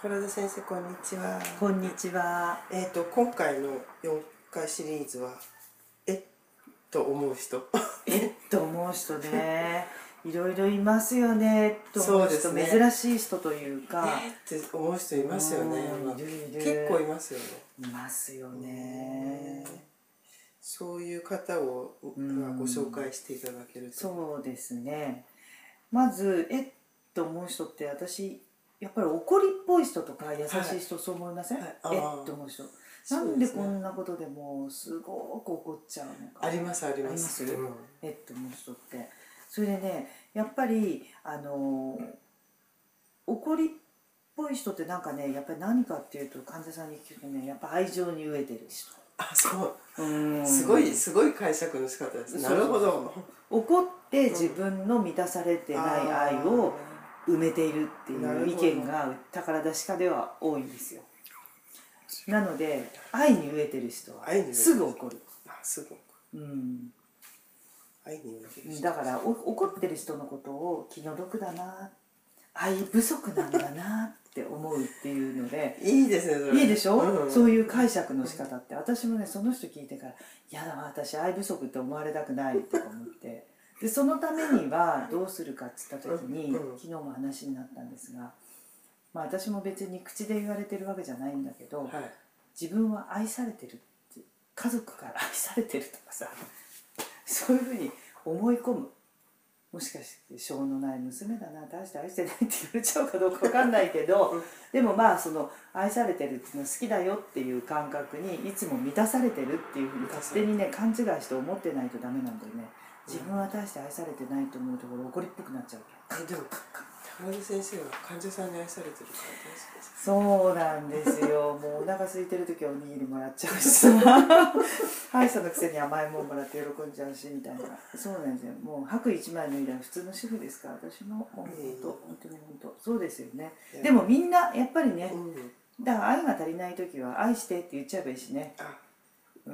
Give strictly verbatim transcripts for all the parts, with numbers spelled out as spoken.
原田先生、こんにちは。 こんにちは。 えっと今回のよんかいシリーズはえっと思う人えっと思う人ね、いろいろいますよね。と思う人、 そうですね、 珍しい人というか、 えって思う人いますよね。 うんまあいるいる結構いますよね。 いますよね。 そういう方を、まあ、ご紹介していただけると。 そうですね。まずえっと思う人って、私やっぱり怒りっぽい人とか優しい人、そう思いません？ はいえはい、 っと思う人、 そうですね、 なんでこんなことでもすごく怒っちゃうのか。 ありますあります。 あります、 うん、 えっと思う人って。それでね、やっぱりあの怒りっぽい人ってなんかね、やっぱり何かっていうと、患者さんに聞くとね、やっぱ愛情に飢えてる人。 あ、そう、 うんすごいすごい解釈の仕方です。なるほど。 怒って自分の満たされてない愛を埋めているっていう意見が宝田歯科では多いんですよ。なので愛に飢えてる人はすぐ怒る。 あ、すぐ怒る。うん。 愛に飢えてる人。 だからお怒ってる人のことを気の毒だな、愛不足なんだなって思うっていうのでいいですね、それ。 いいでしょ、 うん、 そういう解釈の仕方って。私もね、その人聞いてから「やだわ、私愛不足って思われたくない」とか思って、でそのためにはどうするかっつった時に、昨日も話になったんですが、まあ私も別に口で言われてるわけじゃないんだけど、 はい、 自分は愛されてるって、家族から愛されてるとかさ、そういうふうに思い込む。もしかして性のない娘だな、大して愛してないって言われちゃうかどうか分かんないけどでもまあその愛されてるっていうのは好きだよっていう感覚にいつも満たされてるっていうふうに勝手にね勘違いして思ってないとダメなんだよね。自分は大して愛されてないと思うところ怒りっぽくなっちゃうわけ。 でも高木先生は患者さんに愛されてるから大好きです。 そうなんですよ。もうお腹空いてる時はおにぎりもらっちゃうしさ歯医者のくせに甘いもんもらって喜んじゃうしみたいな。そうなんですよ。もう白一枚脱いだら普通の主婦ですから、私ももう本当本当に本当そうですよね。でもみんなやっぱりね、だから愛が足りない時は愛してって言っちゃえばいいしね。うん、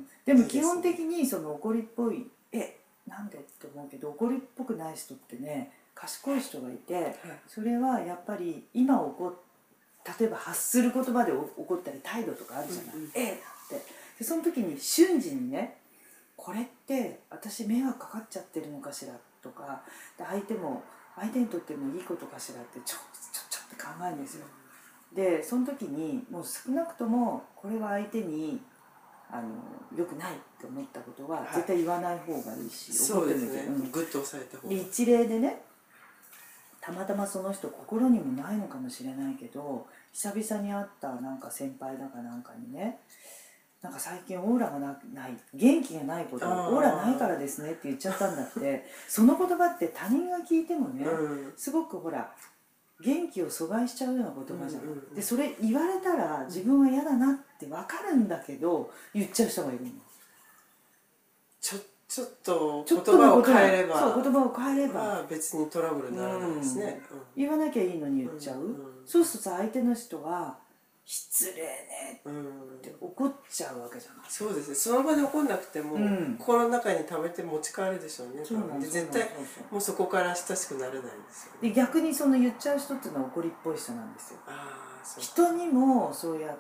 でも基本的にその怒りっぽい、えなんでって思うけど、怒りっぽくない人ってね、賢い人がいて、それはやっぱり今怒っ例えば発する言葉で怒ったり態度とかあるじゃない、うんうん、ええってでその時に瞬時にね、これって私迷惑かかっちゃってるのかしらとか、で相手も相手にとってもいいことかしらってちょちょちょって考えるんですよ。でその時にもう少なくともこれは相手にあの良くないって思ったことは絶対言わない方がいいし、 はい、怒ってるね、うん、グッと押さえた方が。 一例でね、たまたまその人心にもないのかもしれないけど、久々に会ったなんか先輩だかなんかにね、なんか最近オーラがなない元気がないことをオーラないからですねって言っちゃったんだってその言葉って他人が聞いてもね、うん、すごくほら元気を阻害しちゃうような言葉じゃん。うんうんうん、でそれ言われたら自分は嫌だなって分かるんだけど言っちゃう人がいるの。 ちょちょっと言葉を変えれば、 そう言葉を変えれば、 まあ、別にトラブルにならないですね、 うんうん、言わなきゃいいのに言っちゃう、うんうん、そうするとさ相手の人は失礼ねって怒っちゃうわけじゃない、うん、 そうですね。その場で怒んなくても、うん、心の中に溜めて持ち帰るでしょうね。そうなんで絶対もうそこから親しくなれないんですよ、ね、 で逆にその言っちゃう人っていうのは怒りっぽい人なんですよ。あ人にもそうやって、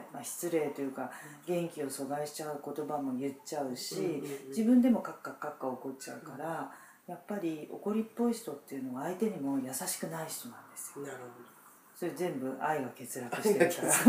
まあ、失礼というか元気を阻害しちゃう言葉も言っちゃうし、うんうんうん、自分でもカッカカッカ怒っちゃうから、うん、やっぱり怒りっぽい人っていうのは相手にも優しくない人なんですよ。 なるほど。 それ全部愛が欠落してるから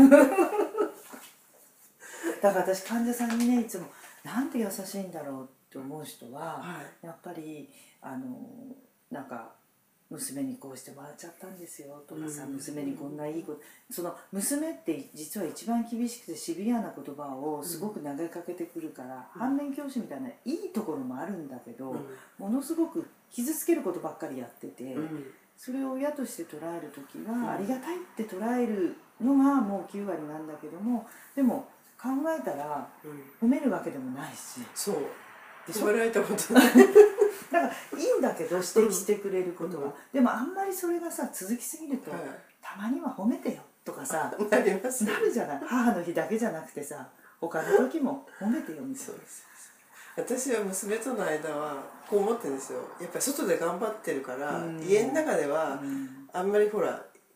だから私患者さんにねいつもなんて優しいんだろうって思う人は、はい、やっぱりあのなんか娘にこうしてもらっちゃったんですよとかさ、娘にこんないいこと、その娘って実は一番厳しくてシビアな言葉をすごく投げかけてくるから、うん、反面教師みたいないいところもあるんだけど、うん、ものすごく傷つけることばっかりやってて、うん、それを親として捉える時は、ありがたいって捉えるのがもうきゅうわりなんだけども、でも考えたら褒めるわけでもないし、 そう褒められたことないだからいいんだけど指摘してくれることは、うん、でもあんまりそれがさ続きすぎると、はい、たまには褒めてよとかさなります、 なるじゃない。母の日だけじゃなくてさ他の時も褒めてよみたいな。 私は娘との間はこう思ってるんですよ。やっぱり外で頑張ってるから、うん、家の中ではあんまりほら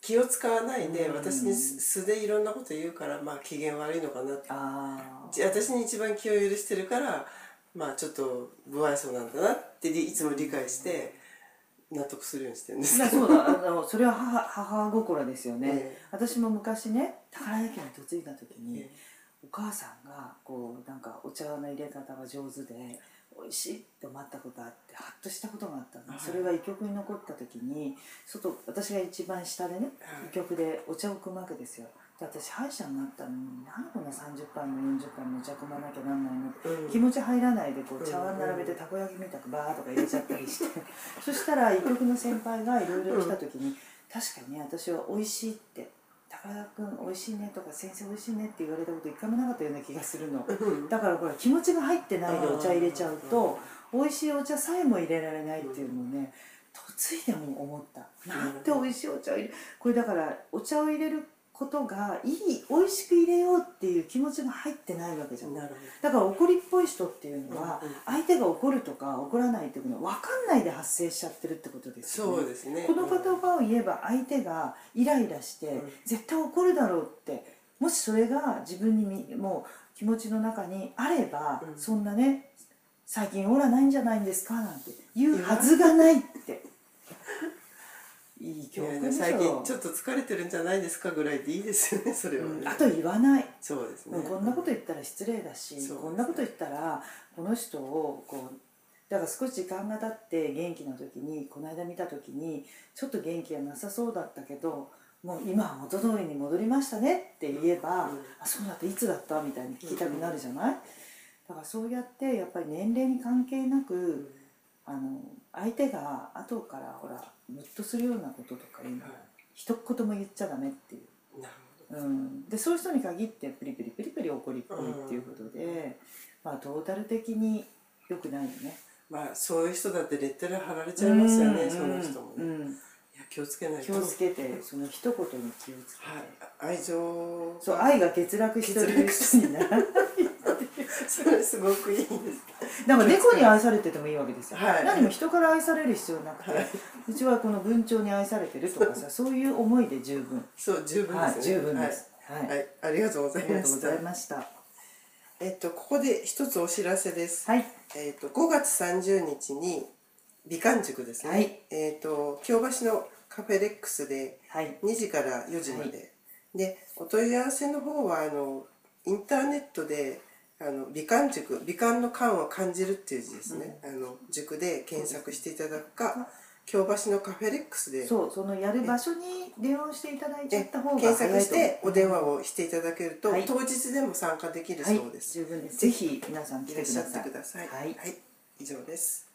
気を使わないで、うん、私に素でいろんなこと言うから、まあ機嫌悪いのかなって、 あ私に一番気を許してるからまあちょっと不愛想なんだなっていつも理解して納得するようにしてるんですけど。 いやそうだ、あのそれは 母, 母心ですよね、 えー、 私も昔ね宝屋家に嫁いだ時に、えー、お母さんがこうなんかお茶の入れ方が上手で美味しいって思ったことあってハッとしたことがあったの、はい、それが医局に残った時に外、私が一番下でね、はい、医局でお茶を汲むわけですよ。で私歯医者になったのに何こんなさんじゅっぱいもよんじゅっぱいもお茶汲まなきゃなんないの、うん、気持ち入らないでこう茶碗並べてたこ焼きみたくバーとか入れちゃったりしてそしたら医局の先輩がいろいろ来た時に、うん、確かに私は美味しいって高田君美味しいねとか先生美味しいねって言われたこと一回もなかったような気がするのだからこれ気持ちが入ってないでお茶入れちゃうと美味しいお茶さえも入れられないっていうのをね嫁いでも思った。なんて美味しいお茶を入れこれだからお茶を入れることがいい美味しく入れようっていう気持ちが入ってないわけじゃん。だから怒りっぽい人っていうのは相手が怒るとか怒らないっていうのは分かんないで発生しちゃってるってことですよね。 そうですね。 この言葉を言えば相手がイライラして絶対怒るだろうってもしそれが自分にもう気持ちの中にあれば、うん、そんなね最近オーラないんじゃないんですかなんて言うはずがないっていい教訓でしょ。 最近ちょっと疲れてるんじゃないですかぐらいでいいですよねそれはね、 うん、あと言わない。 そうですね。 こんなこと言ったら失礼だし、こんなこと言ったらこの人をこうだから少し時間が経って元気な時にこの間見た時にちょっと元気がなさそうだったけどもう今は元通りに戻りましたねって言えば、うん、あそうだっていつだったみたいに聞きたくなるじゃない、うん、だからそうやってやっぱり年齢に関係なく、うん、あの相手が後からほらムッとするようなこととかいうのは、はい、一言も言っちゃダメっていう、なるほど、うん、でそういう人に限ってプリプリプリプリ怒りっぽいっていうことで、うん、まあトータル的に良くないよね。 まあそういう人だってレッテル貼られちゃいますよね、うん、その人もね、うん、いや気をつけないと。 気をつけてその一言に気をつけて、はい、愛情そう愛が欠落してる人にならないそれすごくいいです。 だから猫に愛されててもいいわけですよ、 はい、 何も人から愛される必要なくて、はい、うちはこの文鳥に愛されてるとかさそういう思いで十分。 そう十分ですね、はい、 十分です、 はいはい、ありがとうございました。ありがとうございました。えっとここで一つお知らせです。 はい、 えっとごがつさんじゅうにちに美観塾ですね。はい、えっと京橋のカフェレックスでにじからよじまで、はい、でお問い合わせの方はあのインターネットであの美観塾美観の観を感じるっていう字ですね、うん、あの塾で検索していただくか京橋のカフェレックスでそうそのやる場所に電話をしていただいちゃった方が検索してお電話をしていただけると、はい、当日でも参加できるそうです。 はい、十分です。ぜひ皆さん来てください。 いらっしゃってください。はい、はい、以上です。